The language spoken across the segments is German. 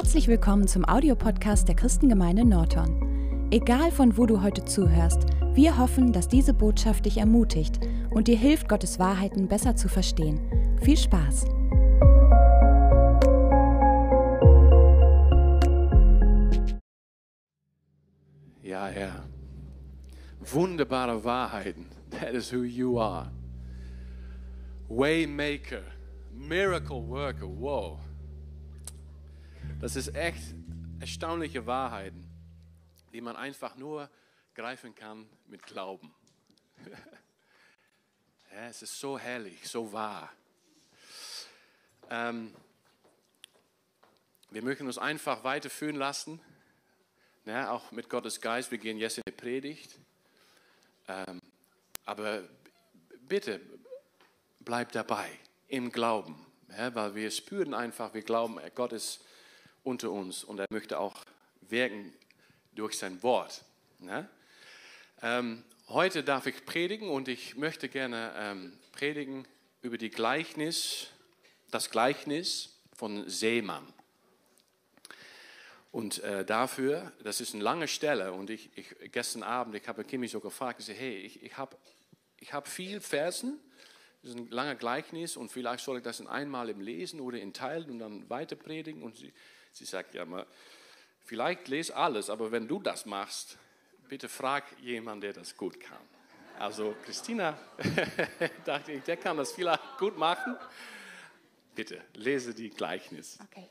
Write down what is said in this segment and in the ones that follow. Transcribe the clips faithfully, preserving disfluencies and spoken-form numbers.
Herzlich willkommen zum Audiopodcast der Christengemeinde Norton. Egal von wo du heute zuhörst, wir hoffen, dass diese Botschaft dich ermutigt und dir hilft, Gottes Wahrheiten besser zu verstehen. Viel Spaß! Ja, Herr. Wunderbare Wahrheiten. That is who you are. Waymaker, Miracle Worker, wow. Das ist echt erstaunliche Wahrheiten, die man einfach nur greifen kann mit Glauben. Ja, es ist so herrlich, so wahr. Ähm, wir möchten uns einfach weiterführen lassen, ja, auch mit Gottes Geist. Wir gehen jetzt in die Predigt. Ähm, aber bitte bleib dabei im Glauben, ja, weil wir spüren einfach, wir glauben, Gott ist unter uns und er möchte auch wirken durch sein Wort. Ja? Ähm, heute darf ich predigen und ich möchte gerne ähm, predigen über die Gleichnis, das Gleichnis von Seemann. Und äh, dafür, das ist eine lange Stelle und ich, ich gestern Abend, ich habe Kimi so gefragt, ich sage, hey, ich, ich habe ich hab viel Versen, das ist ein langer Gleichnis und vielleicht soll ich das in einmal im Lesen oder in Teilen und dann weiter predigen. Und sie, sie sagt, ja, mal, vielleicht lese alles, aber wenn du das machst, bitte frag jemanden, der das gut kann. Also Christina, dachte ich, der kann das vielleicht gut machen. Bitte, lese die Gleichnis. Okay.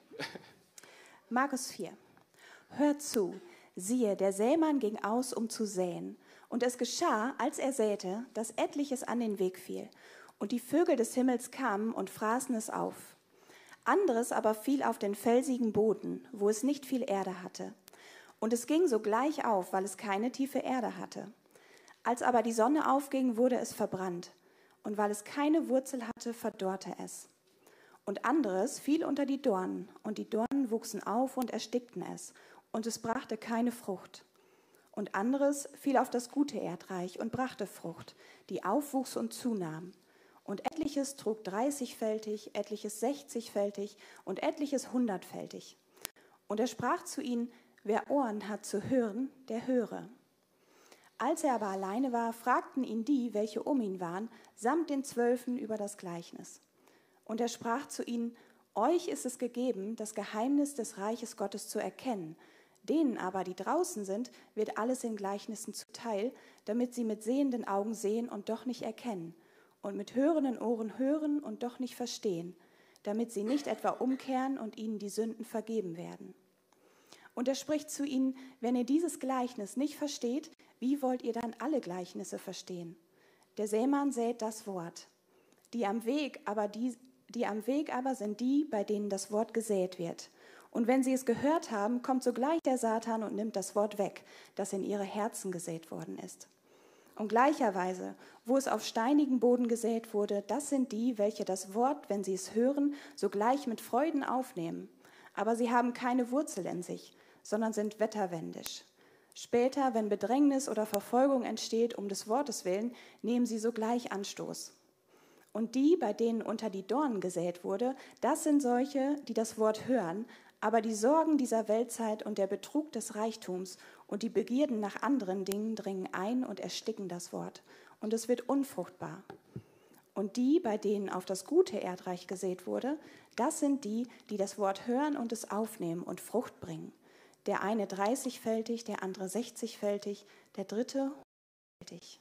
Markus vier. Hört zu, siehe, der Sämann ging aus, um zu säen. Und es geschah, als er säte, dass etliches an den Weg fiel. Und die Vögel des Himmels kamen und fraßen es auf. Anderes aber fiel auf den felsigen Boden, wo es nicht viel Erde hatte. Und es ging sogleich auf, weil es keine tiefe Erde hatte. Als aber die Sonne aufging, wurde es verbrannt. Und weil es keine Wurzel hatte, verdorrte es. Und anderes fiel unter die Dornen, und die Dornen wuchsen auf und erstickten es, und es brachte keine Frucht. Und anderes fiel auf das gute Erdreich und brachte Frucht, die aufwuchs und zunahm. Und etliches trug dreißigfältig, etliches sechzigfältig und etliches hundertfältig. Und er sprach zu ihnen, wer Ohren hat zu hören, der höre. Als er aber alleine war, fragten ihn die, welche um ihn waren, samt den Zwölfen über das Gleichnis. Und er sprach zu ihnen, euch ist es gegeben, das Geheimnis des Reiches Gottes zu erkennen. Denen aber, die draußen sind, wird alles in Gleichnissen zuteil, damit sie mit sehenden Augen sehen und doch nicht erkennen, und mit hörenden Ohren hören und doch nicht verstehen, damit sie nicht etwa umkehren und ihnen die Sünden vergeben werden. Und er spricht zu ihnen, wenn ihr dieses Gleichnis nicht versteht, wie wollt ihr dann alle Gleichnisse verstehen? Der Sämann sät das Wort. Die am Weg aber, die, die am Weg aber sind die, bei denen das Wort gesät wird. Und wenn sie es gehört haben, kommt sogleich der Satan und nimmt das Wort weg, das in ihre Herzen gesät worden ist. Und gleicherweise, wo es auf steinigen Boden gesät wurde, das sind die, welche das Wort, wenn sie es hören, sogleich mit Freuden aufnehmen. Aber sie haben keine Wurzel in sich, sondern sind wetterwendisch. Später, wenn Bedrängnis oder Verfolgung entsteht um des Wortes willen, nehmen sie sogleich Anstoß. Und die, bei denen unter die Dornen gesät wurde, das sind solche, die das Wort hören, aber die Sorgen dieser Weltzeit und der Betrug des Reichtums und die Begierden nach anderen Dingen dringen ein und ersticken das Wort, und es wird unfruchtbar. Und die, bei denen auf das gute Erdreich gesät wurde, das sind die, die das Wort hören und es aufnehmen und Frucht bringen. Der eine dreißigfältig, der andere sechzigfältig, der dritte hundertfältig.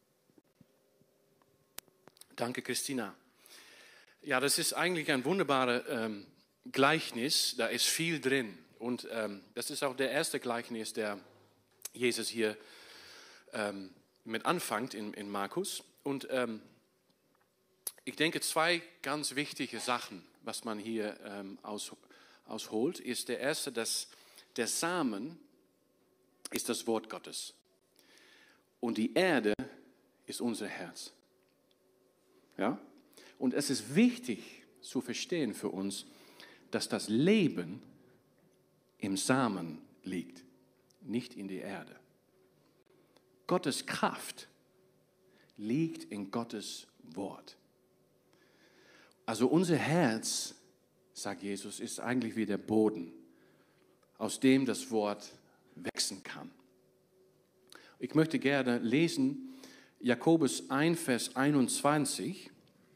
Danke, Christina. Ja, das ist eigentlich ein wunderbares ähm, Gleichnis. Da ist viel drin. Und ähm, das ist auch der erste Gleichnis, der Jesus hier ähm, mit anfängt in, in Markus. Und ähm, ich denke, zwei ganz wichtige Sachen, was man hier ähm, aus, ausholt, ist der erste, dass der Samen ist das Wort Gottes. Und die Erde ist unser Herz. Ja? Und es ist wichtig zu verstehen für uns, dass das Leben im Samen liegt, nicht in der Erde. Gottes Kraft liegt in Gottes Wort. Also unser Herz, sagt Jesus, ist eigentlich wie der Boden. aus dem das Wort wachsen kann. Ich möchte gerne lesen Jakobus eins, Vers einundzwanzig.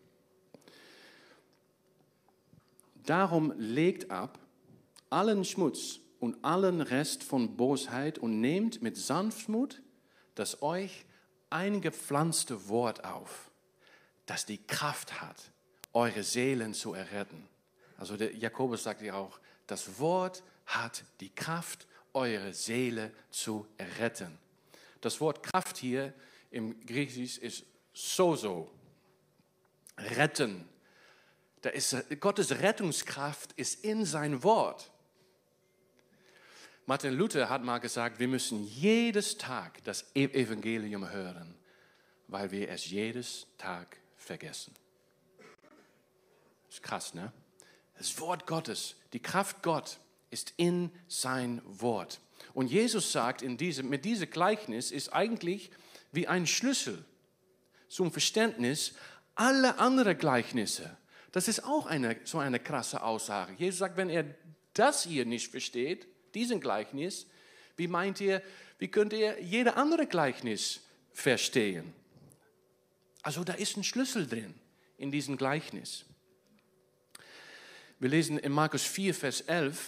Darum legt ab allen Schmutz und allen Rest von Bosheit und nehmt mit Sanftmut das euch eingepflanzte Wort auf, das die Kraft hat, eure Seelen zu erretten. Also der Jakobus sagt ja auch, das Wort hat die Kraft, eure Seele zu erretten. Das Wort Kraft hier im Griechisch ist sozo, retten. Da ist, Gottes Rettungskraft ist in sein Wort. Martin Luther hat mal gesagt, wir müssen jedes Tag das Evangelium hören, weil wir es jedes Tag vergessen. Das ist krass, ne? Das Wort Gottes, die Kraft Gott ist in sein Wort. Und Jesus sagt, in diesem, mit diesem Gleichnis ist eigentlich wie ein Schlüssel zum Verständnis aller anderen Gleichnisse. Das ist auch eine, so eine krasse Aussage. Jesus sagt, wenn er das hier nicht versteht, diesen Gleichnis, wie meint ihr, wie könnt ihr jede andere Gleichnis verstehen? Also da ist ein Schlüssel drin in diesem Gleichnis. Wir lesen in Markus vier, Vers elf.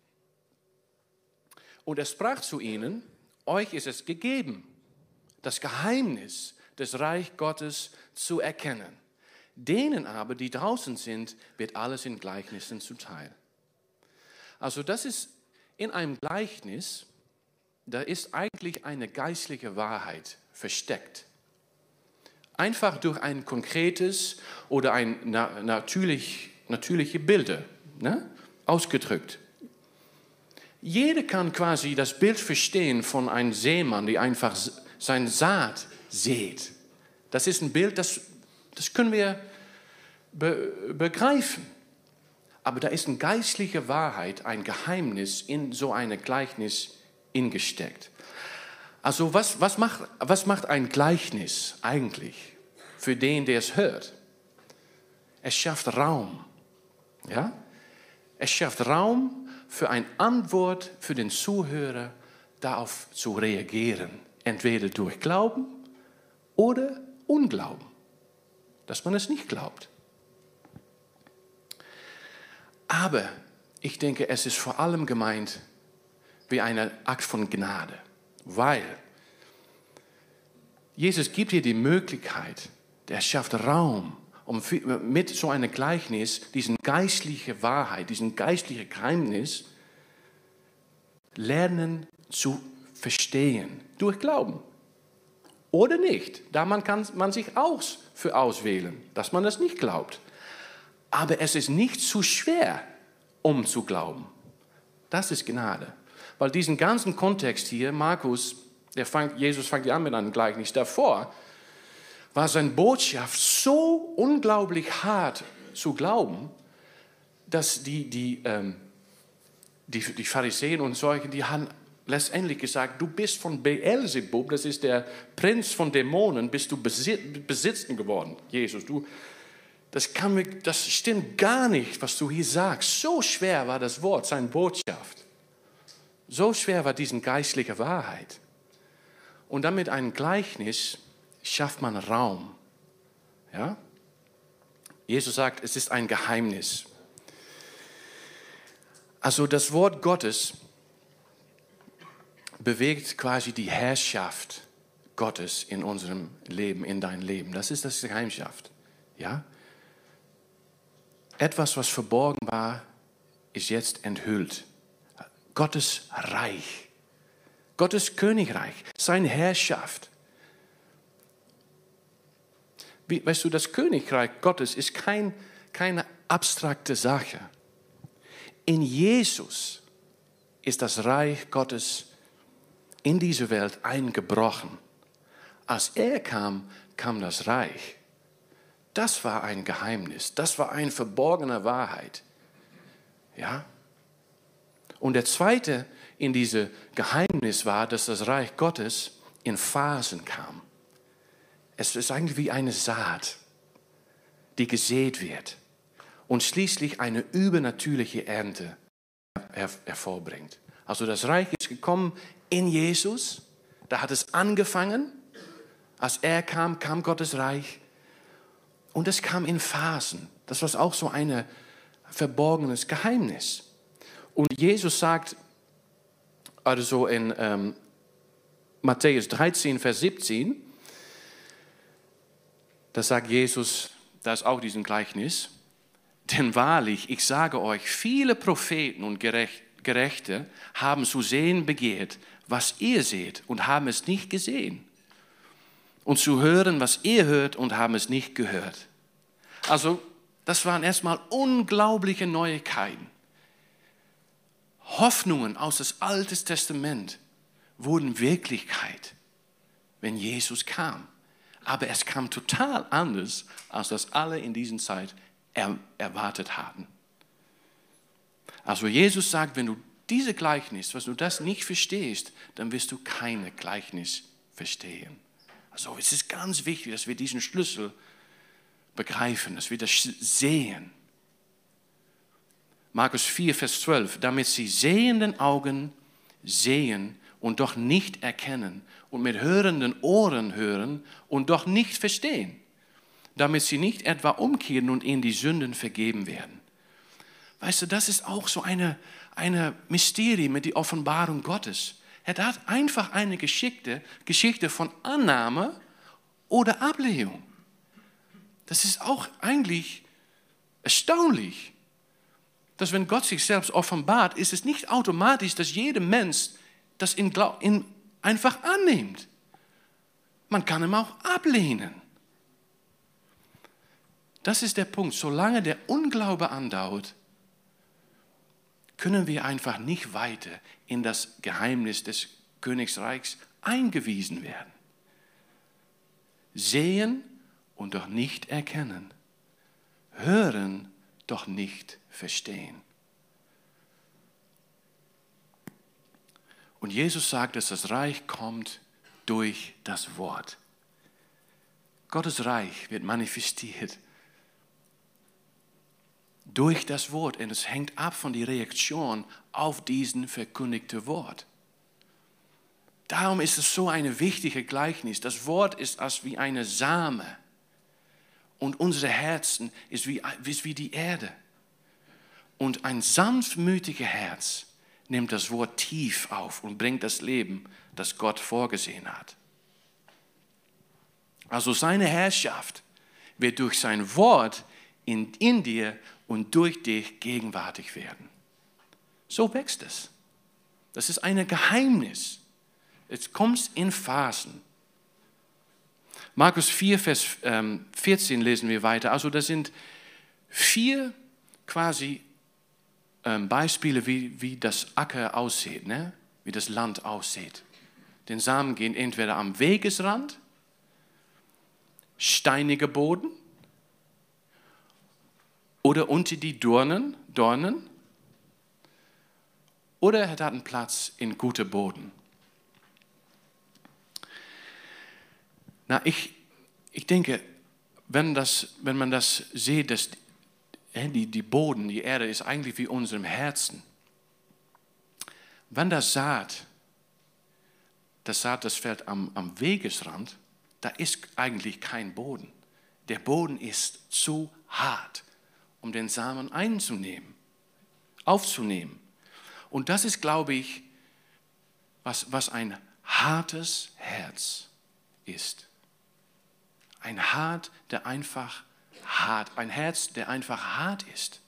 Und er sprach zu ihnen, euch ist es gegeben, das Geheimnis des Reich Gottes zu erkennen. Denen aber, die draußen sind, wird alles in Gleichnissen zuteil. Also das ist in einem Gleichnis, da ist eigentlich eine geistliche Wahrheit versteckt. Einfach durch ein konkretes oder ein na- natürlich, natürliche Bilder, ne, ausgedrückt. Jeder kann quasi das Bild verstehen von einem Seemann, der einfach sein Saat sät. Das ist ein Bild, das, das können wir be- begreifen. Aber da ist eine geistliche Wahrheit, ein Geheimnis in so ein Gleichnis ingesteckt. Also was, was, macht, was macht ein Gleichnis eigentlich für den, der es hört? Es schafft Raum. Ja? Es schafft Raum für eine Antwort für den Zuhörer, darauf zu reagieren. Entweder durch Glauben oder Unglauben, dass man es nicht glaubt. Aber ich denke, es ist vor allem gemeint wie ein Akt von Gnade, weil Jesus gibt hier die Möglichkeit, er schafft Raum, um mit so einem Gleichnis diesen geistliche Wahrheit, diesen geistliche Geheimnis lernen zu verstehen, durch Glauben. Oder nicht, da man kann man sich auch für auswählen, dass man das nicht glaubt. Aber es ist nicht zu schwer, um zu glauben. Das ist Gnade. Weil diesen ganzen Kontext hier, Markus, der fängt, Jesus fängt an mit einem Gleichnis davor, war seine Botschaft so unglaublich hart zu glauben, dass die, die, ähm, die, die Pharisäer und solche, die haben letztendlich gesagt, du bist von Beelzebub, das ist der Prinz von Dämonen, bist du besitzen geworden, Jesus. Du, das, kann, das stimmt gar nicht, was du hier sagst. So schwer war das Wort, seine Botschaft. So schwer war diese geistliche Wahrheit. Und dann mit einem Gleichnis schafft man Raum. Ja? Jesus sagt, es ist ein Geheimnis. Also das Wort Gottes bewegt quasi die Herrschaft Gottes in unserem Leben, in dein Leben. Das ist das Geheimschaft. Ja? Etwas, was verborgen war, ist jetzt enthüllt. Gottes Reich, Gottes Königreich, seine Herrschaft. Wie, weißt du, das Königreich Gottes ist kein, keine abstrakte Sache. In Jesus ist das Reich Gottes in diese Welt eingebrochen. Als er kam, kam das Reich. Das war ein Geheimnis, das war eine verborgene Wahrheit. Ja? Und der zweite in diesem Geheimnis war, dass das Reich Gottes in Phasen kam. Es ist eigentlich wie eine Saat, die gesät wird und schließlich eine übernatürliche Ernte hervorbringt. Also das Reich ist gekommen in Jesus. Da hat es angefangen. Als er kam, kam Gottes Reich. Und es kam in Phasen. Das war auch so ein verborgenes Geheimnis. Und Jesus sagt, also in ähm, Matthäus dreizehn, Vers siebzehn, da sagt Jesus, da ist auch diesen Gleichnis, denn wahrlich, ich sage euch, viele Propheten und Gerechte haben zu sehen begehrt, was ihr seht und haben es nicht gesehen. Und zu hören, was ihr hört und haben es nicht gehört. Also, das waren erstmal unglaubliche Neuigkeiten. Hoffnungen aus dem Alten Testament wurden Wirklichkeit, wenn Jesus kam. Aber es kam total anders, als das alle in dieser Zeit er, erwartet hatten. Also Jesus sagt, wenn du diese Gleichnis, was du das nicht verstehst, dann wirst du keine Gleichnis verstehen. Also es ist ganz wichtig, dass wir diesen Schlüssel begreifen, dass wir das sehen. Markus vier, Vers zwölf, damit sie sehenden Augen sehen und doch nicht erkennen und mit hörenden Ohren hören und doch nicht verstehen, damit sie nicht etwa umkehren und ihnen die Sünden vergeben werden. Weißt du, das ist auch so eine, eine Mysterium mit der Offenbarung Gottes. Er hat einfach eine Geschichte, Geschichte von Annahme oder Ablehnung. Das ist auch eigentlich erstaunlich, dass wenn Gott sich selbst offenbart, ist es nicht automatisch, dass jeder Mensch das in, in einfach annimmt. Man kann ihn auch ablehnen. Das ist der Punkt. Solange der Unglaube andauert, können wir einfach nicht weiter in das Geheimnis des Königreichs eingewiesen werden. Sehen und doch nicht erkennen. Hören, doch nicht verstehen. Und Jesus sagt, dass das Reich kommt durch das Wort. Gottes Reich wird manifestiert durch das Wort. Und es hängt ab von der Reaktion auf diesen verkündigten Wort. Darum ist es so eine wichtige Gleichnis. Das Wort ist als wie eine Same. Und unsere Herzen ist wie, ist wie die Erde. Und ein sanftmütiges Herz nimmt das Wort tief auf und bringt das Leben, das Gott vorgesehen hat. Also seine Herrschaft wird durch sein Wort in, in dir und durch dich gegenwärtig werden. So wächst es. Das ist ein Geheimnis. Es kommt in Phasen. Markus vier, Vers vierzehn lesen wir weiter. Also das sind vier quasi ähm, Beispiele, wie, wie das Acker aussieht, ne? Wie das Land aussieht. Den Samen gehen entweder am Wegesrand, steiniger Boden oder unter die Dornen, Dornen oder er hat einen Platz in guter Boden. Na, ich, ich denke, wenn, das, wenn man das sieht, dass die, die Boden, die Erde ist eigentlich wie unserem Herzen. Wenn das Saat, das Saat, das fällt am, am Wegesrand, da ist eigentlich kein Boden. Der Boden ist zu hart, um den Samen einzunehmen, aufzunehmen. Und das ist, glaube ich, was, was ein hartes Herz ist. Ein Hart, der einfach hart, ein Herz, der einfach hart ist.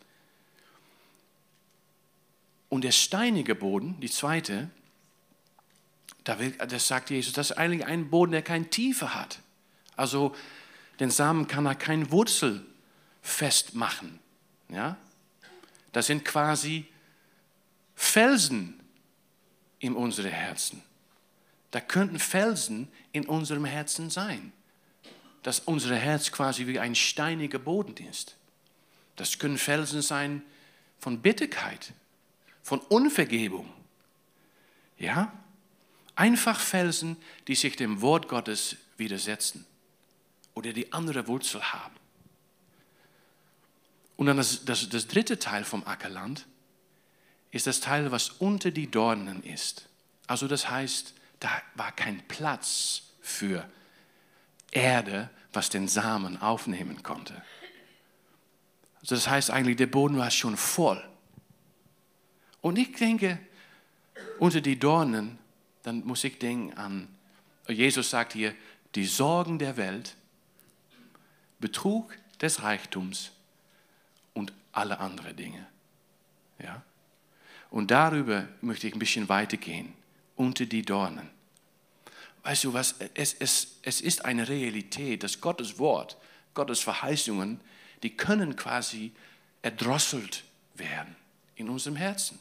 Und der steinige Boden, die zweite, da will, das sagt Jesus, das ist eigentlich ein Boden, der keine Tiefe hat. Also den Samen kann er keine Wurzel festmachen. Ja? Das sind quasi Felsen in unseren Herzen. Da könnten Felsen in unserem Herzen sein. Dass unser Herz quasi wie ein steiniger Boden ist. Das können Felsen sein von Bitterkeit, von Unvergebung. Ja? Einfach Felsen, die sich dem Wort Gottes widersetzen oder die andere Wurzel haben. Und dann das, das, das dritte Teil vom Ackerland ist das Teil, was unter die Dornen ist. Also das heißt, da war kein Platz für Erde, was den Samen aufnehmen konnte. Also das heißt eigentlich, der Boden war schon voll. Und ich denke, unter die Dornen, dann muss ich denken an, Jesus sagt hier, die Sorgen der Welt, Betrug des Reichtums und alle anderen Dinge. Ja? Und darüber möchte ich ein bisschen weitergehen, unter die Dornen. Weißt du was, es, es, es ist eine Realität, dass Gottes Wort, Gottes Verheißungen, die können quasi erdrosselt werden in unserem Herzen.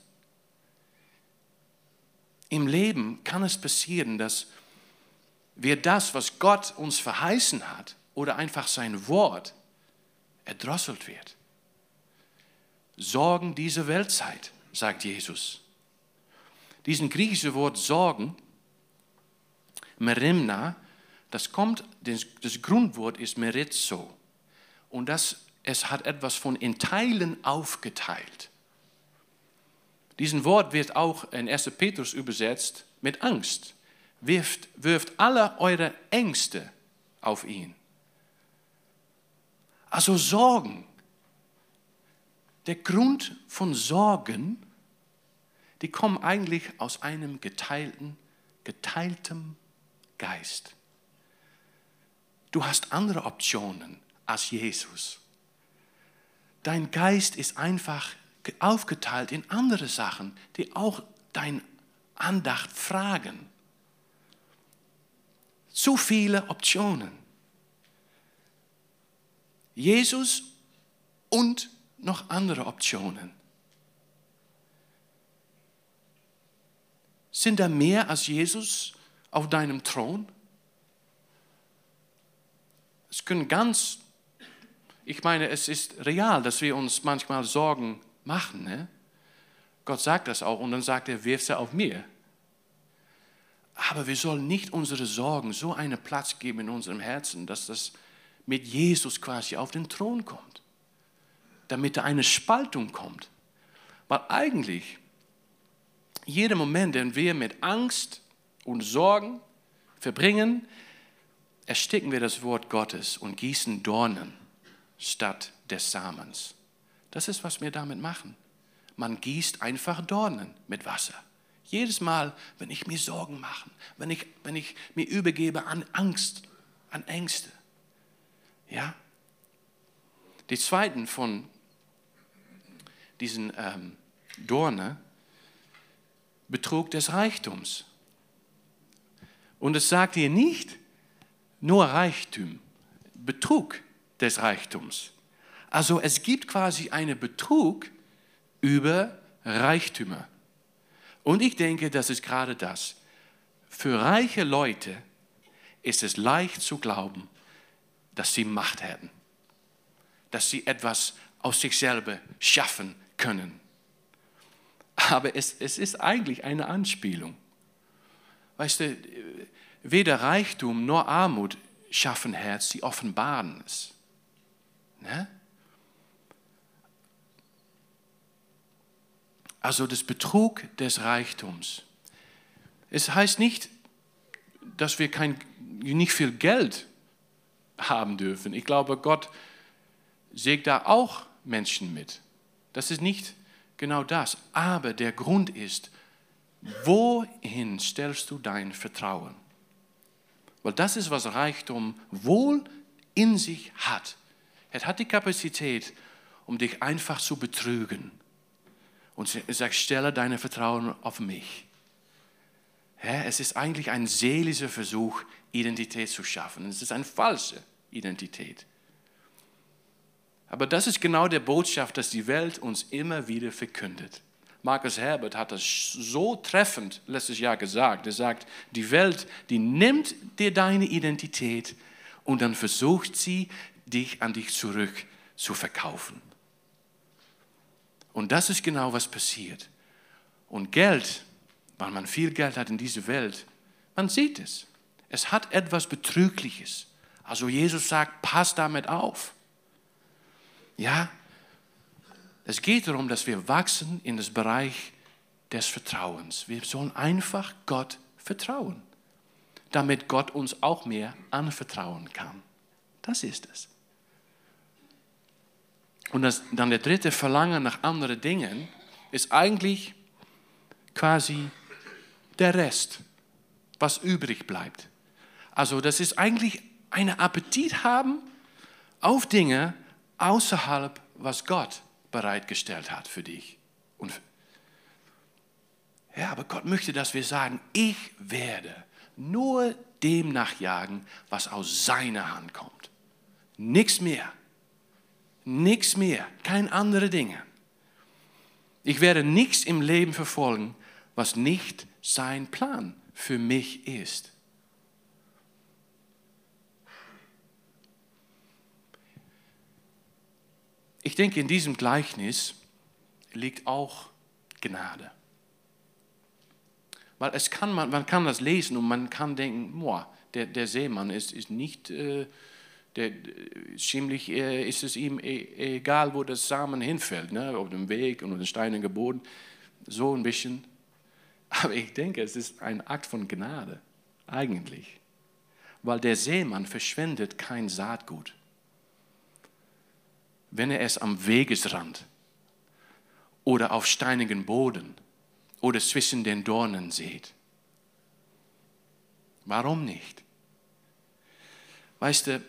Im Leben kann es passieren, dass wir das, was Gott uns verheißen hat, oder einfach sein Wort, erdrosselt wird. Sorgen dieser Weltzeit, sagt Jesus. Diesen griechischen Wort Sorgen, Merimna, das kommt, das Grundwort ist merizo. Und das, es hat etwas von in Teilen aufgeteilt. Diesen Wort wird auch in erster Petrus übersetzt mit Angst. Wirft, wirft alle eure Ängste auf ihn. Also Sorgen. Der Grund von Sorgen, die kommen eigentlich aus einem geteilten, geteilten Geist. Du hast andere Optionen als Jesus. Dein Geist ist einfach aufgeteilt in andere Sachen, die auch dein Andacht fragen. Zu viele Optionen. Jesus und noch andere Optionen. Sind da mehr als Jesus auf deinem Thron? Es können ganz, ich meine, es ist real, dass wir uns manchmal Sorgen machen. Ne? Gott sagt das auch und dann sagt er, wirf sie auf mir. Aber wir sollen nicht unsere Sorgen so einen Platz geben in unserem Herzen, dass das mit Jesus quasi auf den Thron kommt. Damit da eine Spaltung kommt. Weil eigentlich, jeder Moment, den wir mit Angst und Sorgen verbringen, ersticken wir das Wort Gottes und gießen Dornen statt des Samens. Das ist, was wir damit machen. Man gießt einfach Dornen mit Wasser. Jedes Mal, wenn ich mir Sorgen mache, wenn ich, wenn ich mir übergebe an Angst, an Ängste. Ja? Die zweiten von diesen ähm, Dornen, Betrug des Reichtums. Und es sagt hier nicht nur Reichtum, Betrug des Reichtums. Also es gibt quasi einen Betrug über Reichtümer. Und ich denke, das ist gerade das. Für reiche Leute ist es leicht zu glauben, dass sie Macht hätten. Dass sie etwas aus sich selber schaffen können. Aber es, es ist eigentlich eine Anspielung. Weißt du, weder Reichtum noch Armut schaffen Herz, sie offenbaren es. Ne? Also das Betrug des Reichtums. Es heißt nicht, dass wir kein, nicht viel Geld haben dürfen. Ich glaube, Gott sägt da auch Menschen mit. Das ist nicht genau das. Aber der Grund ist, wohin stellst du dein Vertrauen? Weil das ist, was Reichtum wohl in sich hat. Es hat die Kapazität, um dich einfach zu betrügen. Und er sagt, stelle dein Vertrauen auf mich. Es ist eigentlich ein seelischer Versuch, Identität zu schaffen. Es ist eine falsche Identität. Aber das ist genau die Botschaft, dass die Welt uns immer wieder verkündet. Markus Herbert hat das so treffend letztes Jahr gesagt. Er sagt, die Welt, die nimmt dir deine Identität und dann versucht sie, dich an dich zurück zu verkaufen. Und das ist genau, was passiert. Und Geld, weil man viel Geld hat in dieser Welt, man sieht es. Es hat etwas Betrügliches. Also Jesus sagt, pass damit auf. Ja, es geht darum, dass wir wachsen in das Bereich des Vertrauens. Wir sollen einfach Gott vertrauen, damit Gott uns auch mehr anvertrauen kann. Das ist es. Und das, dann der dritte Verlangen nach anderen Dingen ist eigentlich quasi der Rest, was übrig bleibt. Also das ist eigentlich einen Appetit haben auf Dinge außerhalb, was Gott bereitgestellt hat für dich. Und ja, aber Gott möchte, dass wir sagen, ich werde nur dem nachjagen, was aus seiner Hand kommt. Nichts mehr. Nichts mehr. Keine anderen Dinge. Ich werde nichts im Leben verfolgen, was nicht sein Plan für mich ist. Ich denke, in diesem Gleichnis liegt auch Gnade. Weil es kann, man, man kann das lesen und man kann denken, boah, der, der Seemann ist, ist nicht, äh, der, ziemlich äh, ist es ihm e, egal, wo das Samen hinfällt, ne? Auf dem Weg und auf den steinigen Boden, so ein bisschen. Aber ich denke, es ist ein Akt von Gnade, eigentlich. Weil der Seemann verschwendet kein Saatgut. Wenn er es am Wegesrand oder auf steinigen Boden oder zwischen den Dornen sieht. Warum nicht? Weißt du,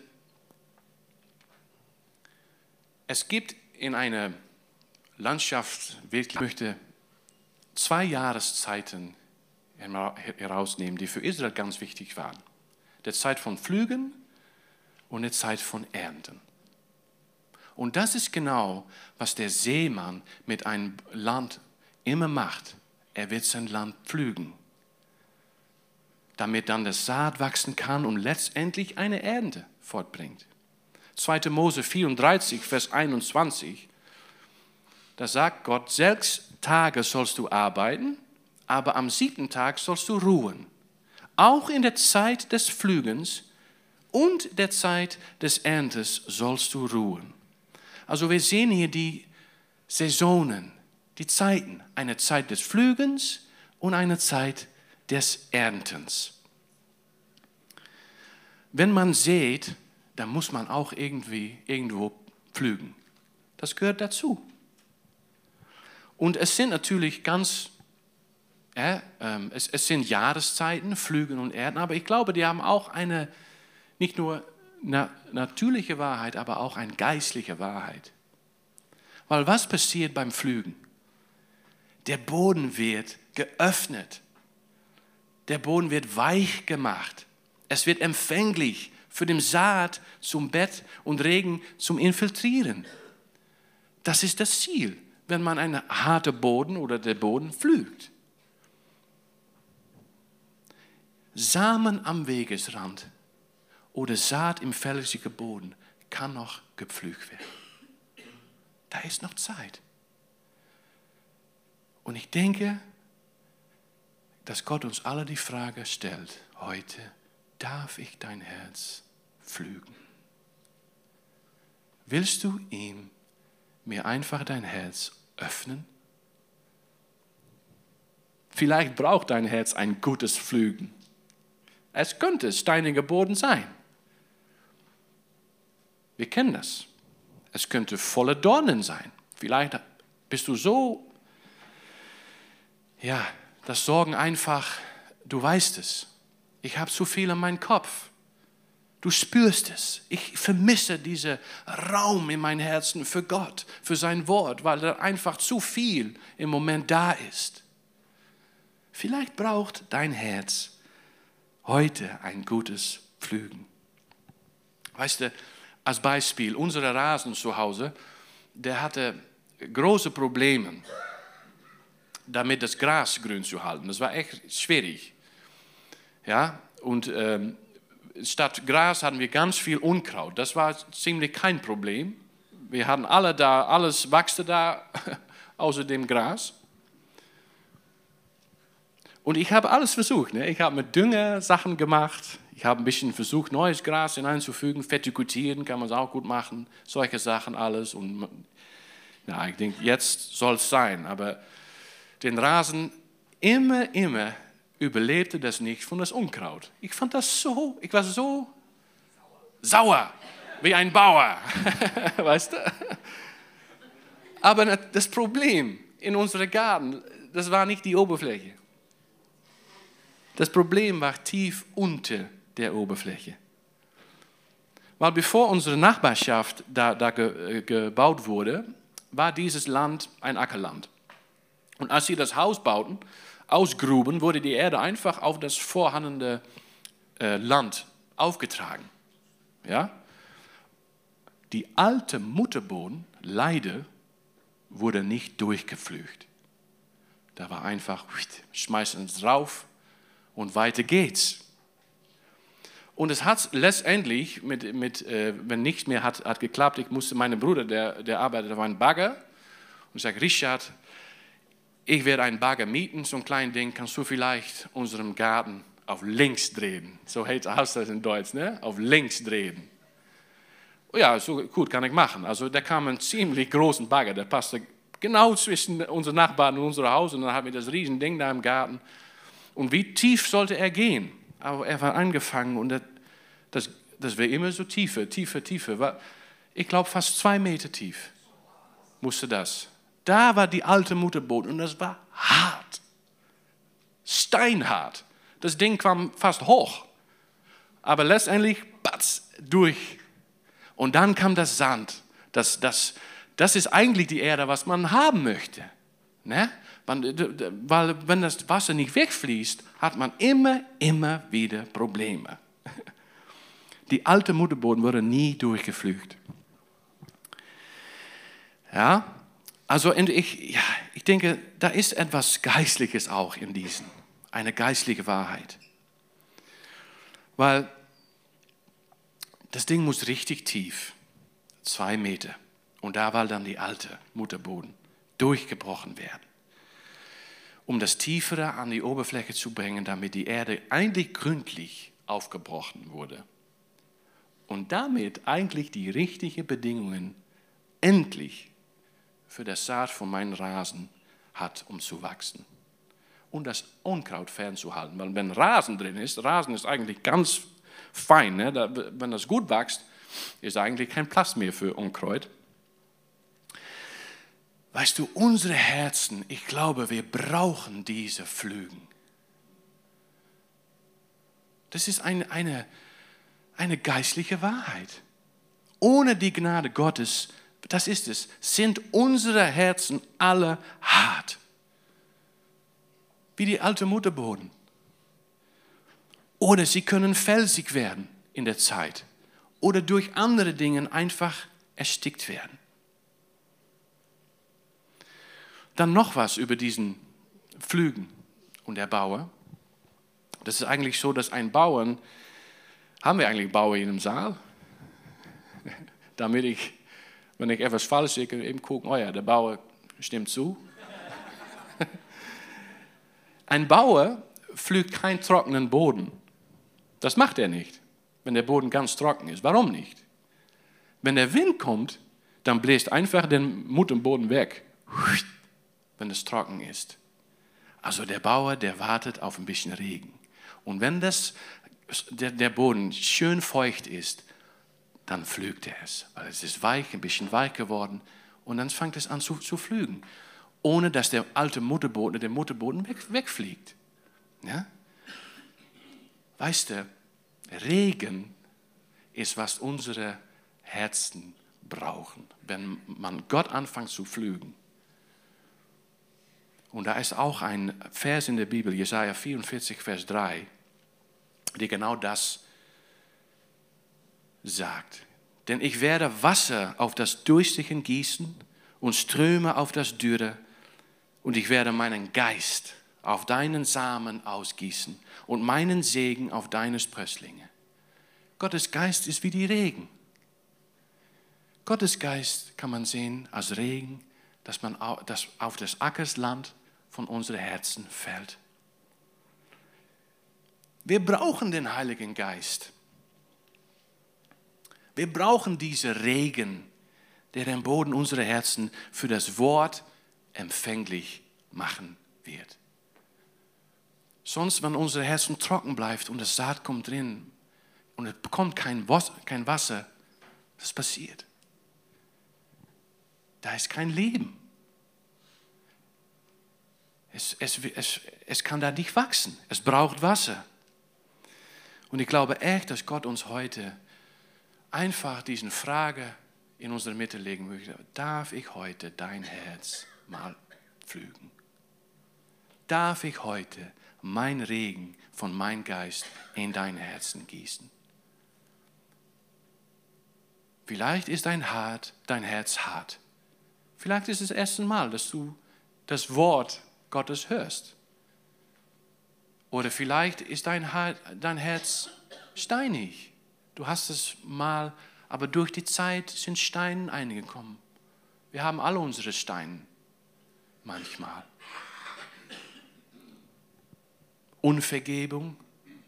es gibt in einer Landschaft, ich möchte zwei Jahreszeiten herausnehmen, die für Israel ganz wichtig waren. Die Zeit von Pflügen und die Zeit von Ernten. Und das ist genau, was der Seemann mit einem Land immer macht. Er wird sein Land pflügen, damit dann das Saat wachsen kann und letztendlich eine Ernte fortbringt. zweiter Mose vierunddreißig, Vers einundzwanzig, da sagt Gott, sechs Tage sollst du arbeiten, aber am siebten Tag sollst du ruhen. Auch in der Zeit des Pflügens und der Zeit des Erntes sollst du ruhen. Also wir sehen hier die Saisonen, die Zeiten. Eine Zeit des Pflügens und eine Zeit des Erntens. Wenn man sät, dann muss man auch irgendwie irgendwo pflügen. Das gehört dazu. Und es sind natürlich ganz, äh, äh, es, es sind Jahreszeiten, Pflügen und Ernten, aber ich glaube, die haben auch eine, nicht nur Na, natürliche Wahrheit, aber auch eine geistliche Wahrheit. Weil was passiert beim Pflügen? Der Boden wird geöffnet. Der Boden wird weich gemacht. Es wird empfänglich für den Saat zum Bett und Regen zum Infiltrieren. Das ist das Ziel, wenn man einen harten Boden oder der Boden pflügt. Samen am Wegesrand oder Saat im felsigen Boden kann noch gepflügt werden. Da ist noch Zeit. Und ich denke, dass Gott uns alle die Frage stellt, heute, darf ich dein Herz pflügen? Willst du ihm mir einfach dein Herz öffnen? Vielleicht braucht dein Herz ein gutes Pflügen. Es könnte steiniger Boden sein. Wir kennen das. Es könnte voller Dornen sein. Vielleicht bist du so, ja, das Sorgen einfach, du weißt es. Ich habe zu viel in meinem Kopf. Du spürst es. Ich vermisse diesen Raum in meinem Herzen für Gott, für sein Wort, weil da einfach zu viel im Moment da ist. Vielleicht braucht dein Herz heute ein gutes Pflügen. Weißt du, als Beispiel, unser Rasen zu Hause, der hatte große Probleme, damit das Gras grün zu halten. Das war echt schwierig. Ja, und ähm, statt Gras hatten wir ganz viel Unkraut. Das war ziemlich kein Problem. Wir hatten alle da, alles wachste da, außer dem Gras. Und ich habe alles versucht. Ne? Ich habe mit Dünger Sachen gemacht. Ich habe ein bisschen versucht, neues Gras hineinzufügen. Vertikutieren kann man es auch gut machen. Solche Sachen alles. Und ja, ich denke, jetzt soll es sein. Aber den Rasen, immer, immer überlebte das nicht von das Unkraut. Ich fand das so, ich war so sauer, wie ein Bauer, weißt du? Aber das Problem in unserem Garten, das war nicht die Oberfläche. Das Problem war tief unter der Oberfläche. Weil bevor unsere Nachbarschaft da, da ge, gebaut wurde, war dieses Land ein Ackerland. Und als sie das Haus bauten, ausgruben, wurde die Erde einfach auf das vorhandene äh, Land aufgetragen. Ja? Die alte Mutterboden, leider, wurde nicht durchgepflügt. Da war einfach, schmeißen es drauf und weiter geht's. Und es hat letztendlich, mit, mit, äh, wenn nichts mehr hat, hat geklappt, ich musste meinen Bruder, der, der arbeitet auf einem Bagger, und ich sage, Richard, ich werde einen Bagger mieten, so ein kleines Ding, kannst du vielleicht unseren Garten auf links drehen. So heißt das in Deutsch, ne? Auf links drehen. Ja, so gut, kann ich machen. Also da kam ein ziemlich großen Bagger, der passte genau zwischen unseren Nachbarn und unserem Haus, und dann haben wir das riesen Ding da im Garten. Und wie tief sollte er gehen? Aber er war angefangen und das, das wäre immer so tiefer, tiefer, tiefer. Ich glaube fast zwei Meter tief musste das. Da war die alte Mutterboden und das war hart, steinhart. Das Ding kam fast hoch, aber letztendlich batz, durch. Und dann kam das Sand. Das, das, das ist eigentlich die Erde, was man haben möchte. Ne? Weil wenn das Wasser nicht wegfließt, hat man immer, immer wieder Probleme. Die alte Mutterboden wurde nie durchgepflügt. Ja, also ich, ja, ich denke, da ist etwas Geistliches auch in diesem, eine geistliche Wahrheit. Weil das Ding muss richtig tief, zwei Meter. Und da war dann die alte Mutterboden durchgebrochen werden, um das Tiefere an die Oberfläche zu bringen, damit die Erde eigentlich gründlich aufgebrochen wurde. Und damit eigentlich die richtigen Bedingungen endlich für das Saat von meinem Rasen hat, um zu wachsen. Und das Unkraut fernzuhalten. Weil wenn Rasen drin ist, Rasen ist eigentlich ganz fein. Ne? Da, wenn das gut wächst, ist eigentlich kein Platz mehr für Unkraut. Weißt du, unsere Herzen, ich glaube, wir brauchen diese Pflügen. Das ist eine, eine, eine geistliche Wahrheit. Ohne die Gnade Gottes, das ist es, sind unsere Herzen alle hart. Wie die alte Mutterboden. Oder sie können felsig werden in der Zeit. Oder durch andere Dinge einfach erstickt werden. Dann noch was über diesen Pflügen und der Bauer. Das ist eigentlich so, dass ein Bauern, haben wir eigentlich Bauer in dem Saal? Damit ich, wenn ich etwas falsch sehe, eben gucken, oh ja, der Bauer stimmt zu. Ein Bauer pflügt keinen trockenen Boden. Das macht er nicht, wenn der Boden ganz trocken ist. Warum nicht? Wenn der Wind kommt, dann bläst einfach den Mutterboden weg, wenn es trocken ist. Also der Bauer, der wartet auf ein bisschen Regen. Und wenn das, der, der Boden schön feucht ist, dann pflügt er es. Weil es ist weich, ein bisschen weich geworden. Und dann fängt es an zu, zu pflügen. Ohne dass der alte Mutterboden, der Mutterboden weg, wegfliegt. Ja? Weißt du, Regen ist, was unsere Herzen brauchen, wenn man Gott anfängt zu pflügen. Und da ist auch ein Vers in der Bibel, Jesaja vierundvierzig, Vers drei, der genau das sagt. Denn ich werde Wasser auf das Durstige gießen und Ströme auf das Dürre, und ich werde meinen Geist auf deinen Samen ausgießen und meinen Segen auf deine Sprösslinge. Gottes Geist ist wie die Regen. Gottes Geist kann man sehen als Regen, dass man das auf das Ackersland von unseren Herzen fällt. Wir brauchen den Heiligen Geist. Wir brauchen diesen Regen, der den Boden unserer Herzen für das Wort empfänglich machen wird. Sonst, wenn unser Herzen trocken bleibt und das Saat kommt drin und es bekommt kein Wasser, was passiert? Da ist kein Leben. Es, es, es, es kann da nicht wachsen. Es braucht Wasser. Und ich glaube echt, dass Gott uns heute einfach diese Frage in unsere Mitte legen möchte. Darf ich heute dein Herz mal pflügen? Darf ich heute mein Regen von meinem Geist in dein Herzen gießen? Vielleicht ist dein, hart, dein Herz hart. Vielleicht ist es das erste Mal, dass du das Wort Gottes hörst. Oder vielleicht ist dein, dein Herz steinig. Du hast es mal, aber durch die Zeit sind Steine eingekommen. Wir haben alle unsere Steine manchmal. Unvergebung,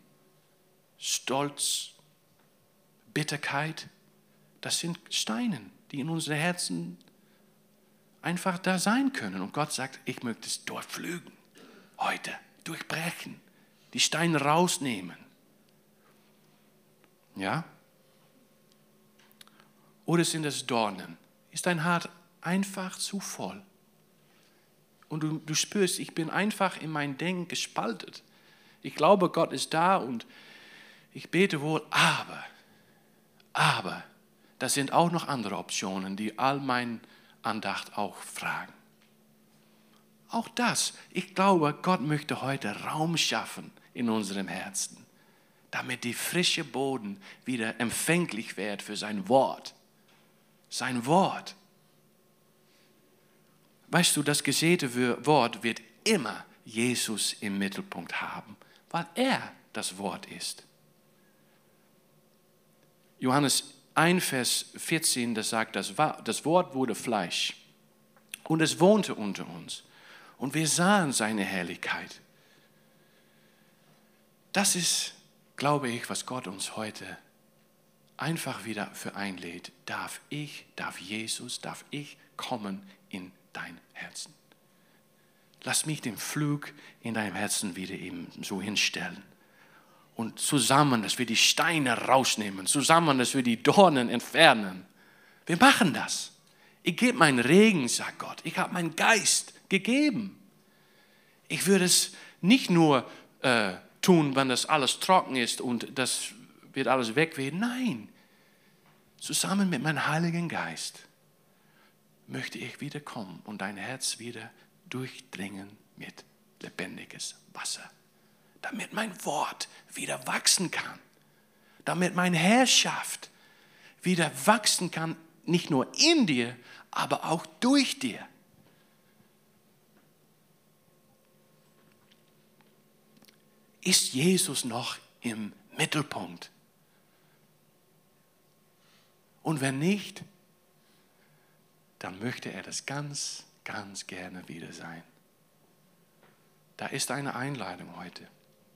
Stolz, Bitterkeit, das sind Steine, die in unseren Herzen einfach da sein können. Und Gott sagt, ich möchte es durchpflügen, heute, durchbrechen, die Steine rausnehmen. Ja? Oder sind es Dornen? Ist dein Hart einfach zu voll? Und du, du spürst, ich bin einfach in mein Denken gespalten. Ich glaube, Gott ist da und ich bete wohl, aber, aber, das sind auch noch andere Optionen, die all meine Andacht auch fragen. Auch das, ich glaube, Gott möchte heute Raum schaffen in unserem Herzen, damit die frische Boden wieder empfänglich wird für sein Wort. Sein Wort. Weißt du, das gesäte Wort wird immer Jesus im Mittelpunkt haben, weil er das Wort ist. Johannes eins, Vers vierzehn, das sagt, das Wort wurde Fleisch und es wohnte unter uns und wir sahen seine Herrlichkeit. Das ist, glaube ich, was Gott uns heute einfach wieder für einlädt. Darf ich, darf Jesus, darf ich kommen in dein Herzen? Lass mich den Flug in deinem Herzen wieder eben so hinstellen. Und zusammen, dass wir die Steine rausnehmen, zusammen, dass wir die Dornen entfernen. Wir machen das. Ich gebe meinen Regen, sagt Gott. Ich habe meinen Geist gegeben. Ich würde es nicht nur äh, tun, wenn das alles trocken ist und das wird alles wegwehen. Nein, zusammen mit meinem Heiligen Geist möchte ich wieder kommen und dein Herz wieder durchdringen mit lebendiges Wasser. Damit mein Wort wieder wachsen kann. Damit meine Herrschaft wieder wachsen kann, nicht nur in dir, aber auch durch dir. Ist Jesus noch im Mittelpunkt? Und wenn nicht, dann möchte er das ganz, ganz gerne wieder sein. Da ist eine Einladung heute.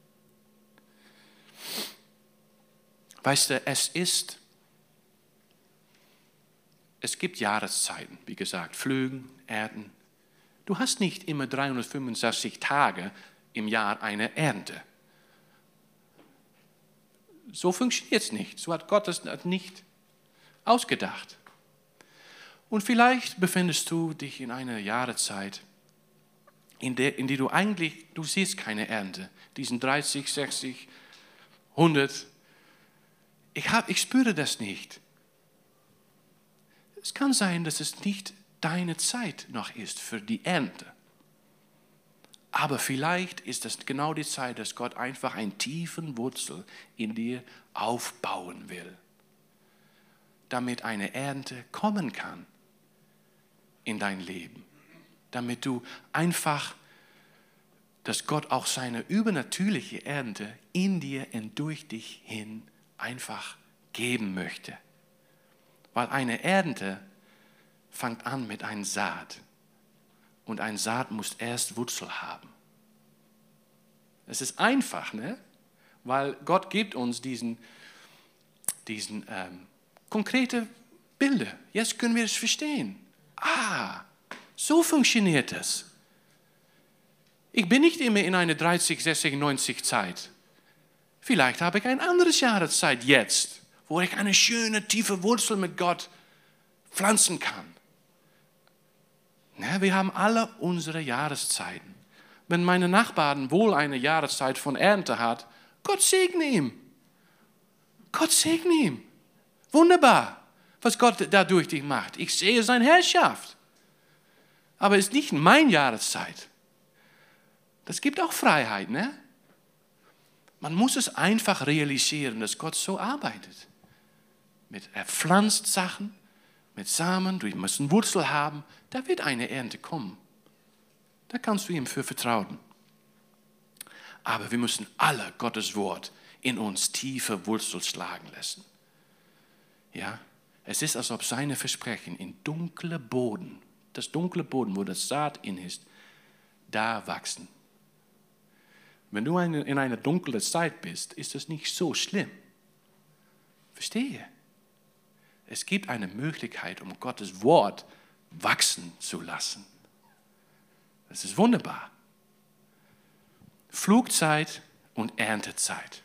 Weißt du, es ist, es gibt Jahreszeiten, wie gesagt, Flügen, Ernten. Du hast nicht immer dreihundertfünfundsechzig Tage im Jahr eine Ernte. So funktioniert es nicht. So hat Gott es nicht ausgedacht. Und vielleicht befindest du dich in einer Jahreszeit, in der, in der du eigentlich, du siehst keine Ernte. Diesen dreißig, sechzig, hundert. Ich, hab, ich spüre das nicht. Es kann sein, dass es nicht deine Zeit noch ist für die Ernte. Aber vielleicht ist es genau die Zeit, dass Gott einfach einen tiefen Wurzel in dir aufbauen will, damit eine Ernte kommen kann in dein Leben. Damit du einfach, dass Gott auch seine übernatürliche Ernte in dir und durch dich hin einfach geben möchte. Weil eine Ernte fängt an mit einem Saat. Und ein Saat muss erst Wurzel haben. Es ist einfach, ne? Weil Gott gibt uns diesen, diesen ähm, konkrete Bilder. Jetzt können wir es verstehen. Ah, so funktioniert es. Ich bin nicht immer in einer dreißig, sechzig, neunzig Zeit. Vielleicht habe ich ein anderes Jahreszeit jetzt, wo ich eine schöne, tiefe Wurzel mit Gott pflanzen kann. Ja, wir haben alle unsere Jahreszeiten. Wenn meine Nachbarn wohl eine Jahreszeit von Ernte hat, Gott segne ihm. Gott segne ihm. Wunderbar, was Gott dadurch dich macht. Ich sehe seine Herrschaft. Aber es ist nicht meine Jahreszeit. Das gibt auch Freiheit, ne? Man muss es einfach realisieren, dass Gott so arbeitet. Mit, er pflanzt Sachen, mit Samen, du musst eine Wurzel haben, da wird eine Ernte kommen. Da kannst du ihm für vertrauen. Aber wir müssen alle Gottes Wort in uns tiefe Wurzel schlagen lassen. Ja, es ist, als ob seine Versprechen in dunkle Boden, das dunkle Boden, wo das Saat in ist, da wachsen. Wenn du in einer dunklen Zeit bist, ist das nicht so schlimm. Verstehe? Es gibt eine Möglichkeit, um Gottes Wort wachsen zu lassen. Das ist wunderbar. Flugzeit und Erntezeit.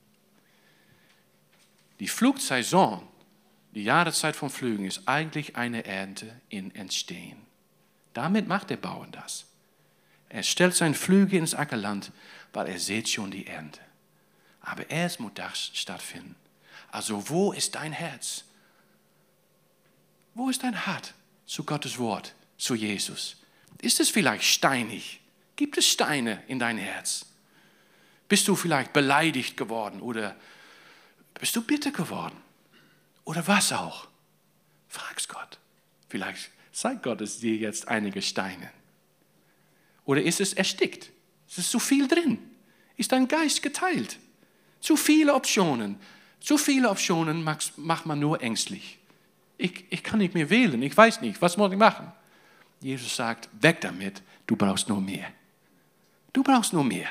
Die Flugsaison, die Jahreszeit von Flügen, ist eigentlich eine Ernte in Entstehen. Damit macht der Bauer das. Er stellt seine Flüge ins Ackerland, weil er sieht schon die Ernte. Aber erst muss das stattfinden. Also wo ist dein Herz? Wo ist dein Hart zu Gottes Wort, zu Jesus? Ist es vielleicht steinig? Gibt es Steine in dein Herz? Bist du vielleicht beleidigt geworden oder bist du bitter geworden? Oder was auch? Frag's Gott. Vielleicht zeigt Gott es dir jetzt einige Steine. Oder ist es erstickt? Es ist zu viel drin. Ist dein Geist geteilt? Zu viele Optionen. Zu viele Optionen macht man nur ängstlich. Ich, ich kann nicht mehr wählen. Ich weiß nicht, was muss ich machen? Jesus sagt, weg damit. Du brauchst nur mehr. Du brauchst nur mehr.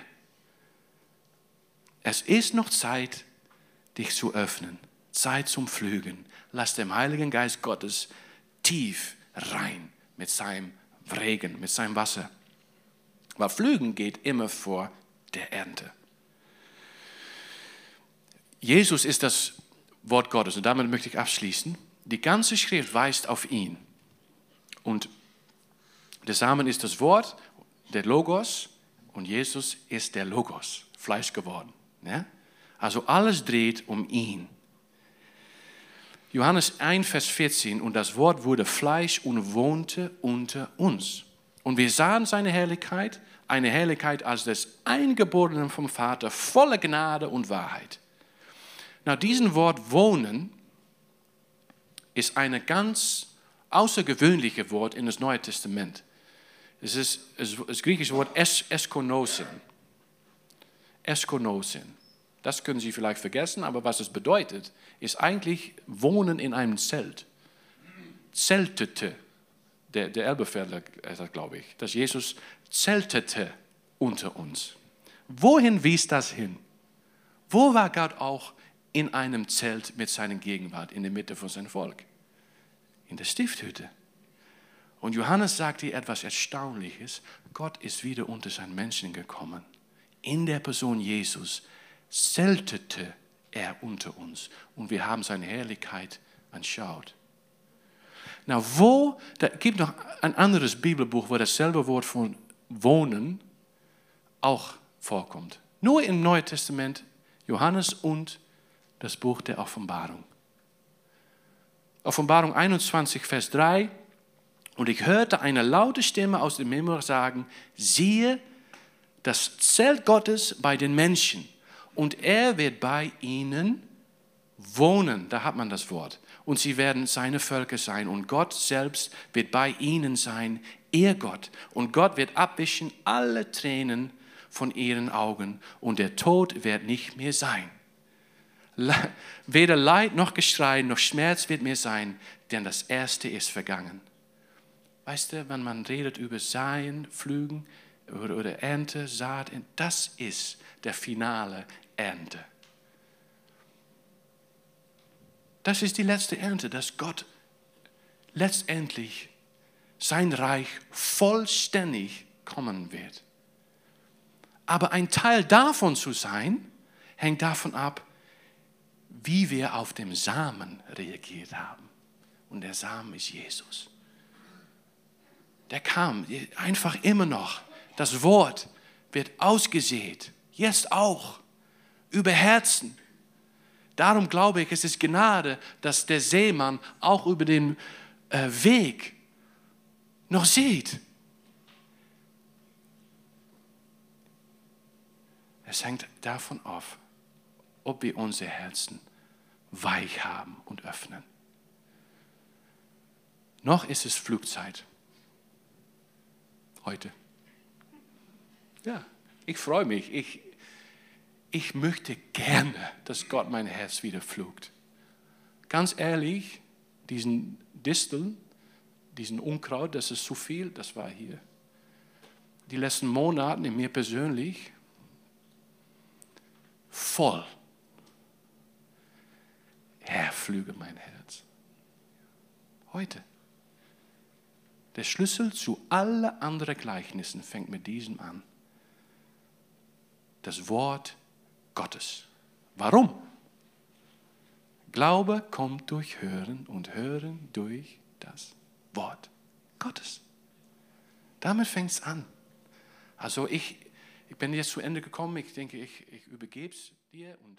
Es ist noch Zeit, dich zu öffnen. Zeit zum Pflügen. Lass dem Heiligen Geist Gottes tief rein mit seinem Regen, mit seinem Wasser. Weil Pflügen geht immer vor der Ernte. Jesus ist das Wort Gottes und damit möchte ich abschließen. Die ganze Schrift weist auf ihn. Und der Samen ist das Wort, der Logos, und Jesus ist der Logos, Fleisch geworden. Ja? Also alles dreht um ihn. Johannes eins, Vers vierzehn, und das Wort wurde Fleisch und wohnte unter uns. Und wir sahen seine Herrlichkeit, eine Herrlichkeit als des Eingeborenen vom Vater, voller Gnade und Wahrheit. Nach diesem Wort wohnen ist ein ganz außergewöhnliches Wort in das Neue Testament. Es ist das griechische Wort es, eskonosin. Eskonosin. Das können Sie vielleicht vergessen, aber was es bedeutet, ist eigentlich Wohnen in einem Zelt. Zeltete. Der, der Elberfelder, glaube ich, dass Jesus zeltete unter uns. Wohin wies das hin? Wo war Gott auch in einem Zelt mit seiner Gegenwart in der Mitte von seinem Volk? In der Stifthütte. Und Johannes sagt hier etwas Erstaunliches. Gott ist wieder unter seinen Menschen gekommen. In der Person Jesus zeltete er unter uns. Und wir haben seine Herrlichkeit anschaut. Na, wo, da gibt noch ein anderes Bibelbuch, wo dasselbe Wort von wohnen auch vorkommt. Nur im Neuen Testament, Johannes und das Buch der Offenbarung. Offenbarung einundzwanzig, Vers drei. Und ich hörte eine laute Stimme aus dem Himmel sagen, siehe, das Zelt Gottes bei den Menschen. Und er wird bei ihnen wohnen. Da hat man das Wort. Und sie werden seine Völker sein. Und Gott selbst wird bei ihnen sein, ihr Gott. Und Gott wird abwischen alle Tränen von ihren Augen. Und der Tod wird nicht mehr sein. Weder Leid noch Geschrei noch Schmerz wird mehr sein, denn das Erste ist vergangen. Weißt du, wenn man redet über Säen, Pflügen oder, oder Ernte, Saat, das ist der finale Ernte. Das ist die letzte Ernte, dass Gott letztendlich sein Reich vollständig kommen wird. Aber ein Teil davon zu sein, hängt davon ab, wie wir auf den Samen reagiert haben. Und der Samen ist Jesus. Der kam einfach immer noch. Das Wort wird ausgesät. Jetzt auch. Über Herzen. Darum glaube ich, es ist Gnade, dass der Seemann auch über den äh, Weg noch sieht. Es hängt davon ab, ob wir unsere Herzen weich haben und öffnen. Noch ist es Flugzeit. Heute. Ja, ich freue mich. Ich, ich möchte gerne, dass Gott mein Herz wieder pflügt. Ganz ehrlich, diesen Disteln, diesen Unkraut, das ist zu viel, das war hier. Die letzten Monate in mir persönlich voll. Herr, pflüge mein Herz. Heute. Der Schlüssel zu allen anderen Gleichnissen fängt mit diesem an. Das Wort Gottes. Warum? Glaube kommt durch Hören und Hören durch das Wort Gottes. Damit fängt es an. Also ich, ich bin jetzt zu Ende gekommen. Ich denke, ich, ich übergebe es dir. Und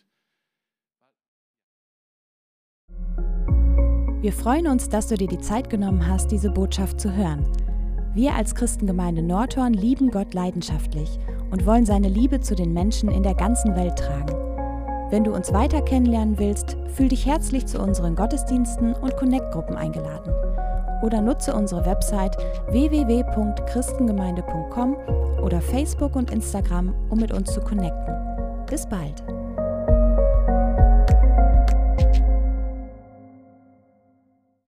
Wir freuen uns, dass du dir die Zeit genommen hast, diese Botschaft zu hören. Wir als Christengemeinde Nordhorn lieben Gott leidenschaftlich und wollen seine Liebe zu den Menschen in der ganzen Welt tragen. Wenn du uns weiter kennenlernen willst, fühl dich herzlich zu unseren Gottesdiensten und Connect-Gruppen eingeladen. Oder nutze unsere Website w w w punkt christengemeinde punkt com oder Facebook und Instagram, um mit uns zu connecten. Bis bald!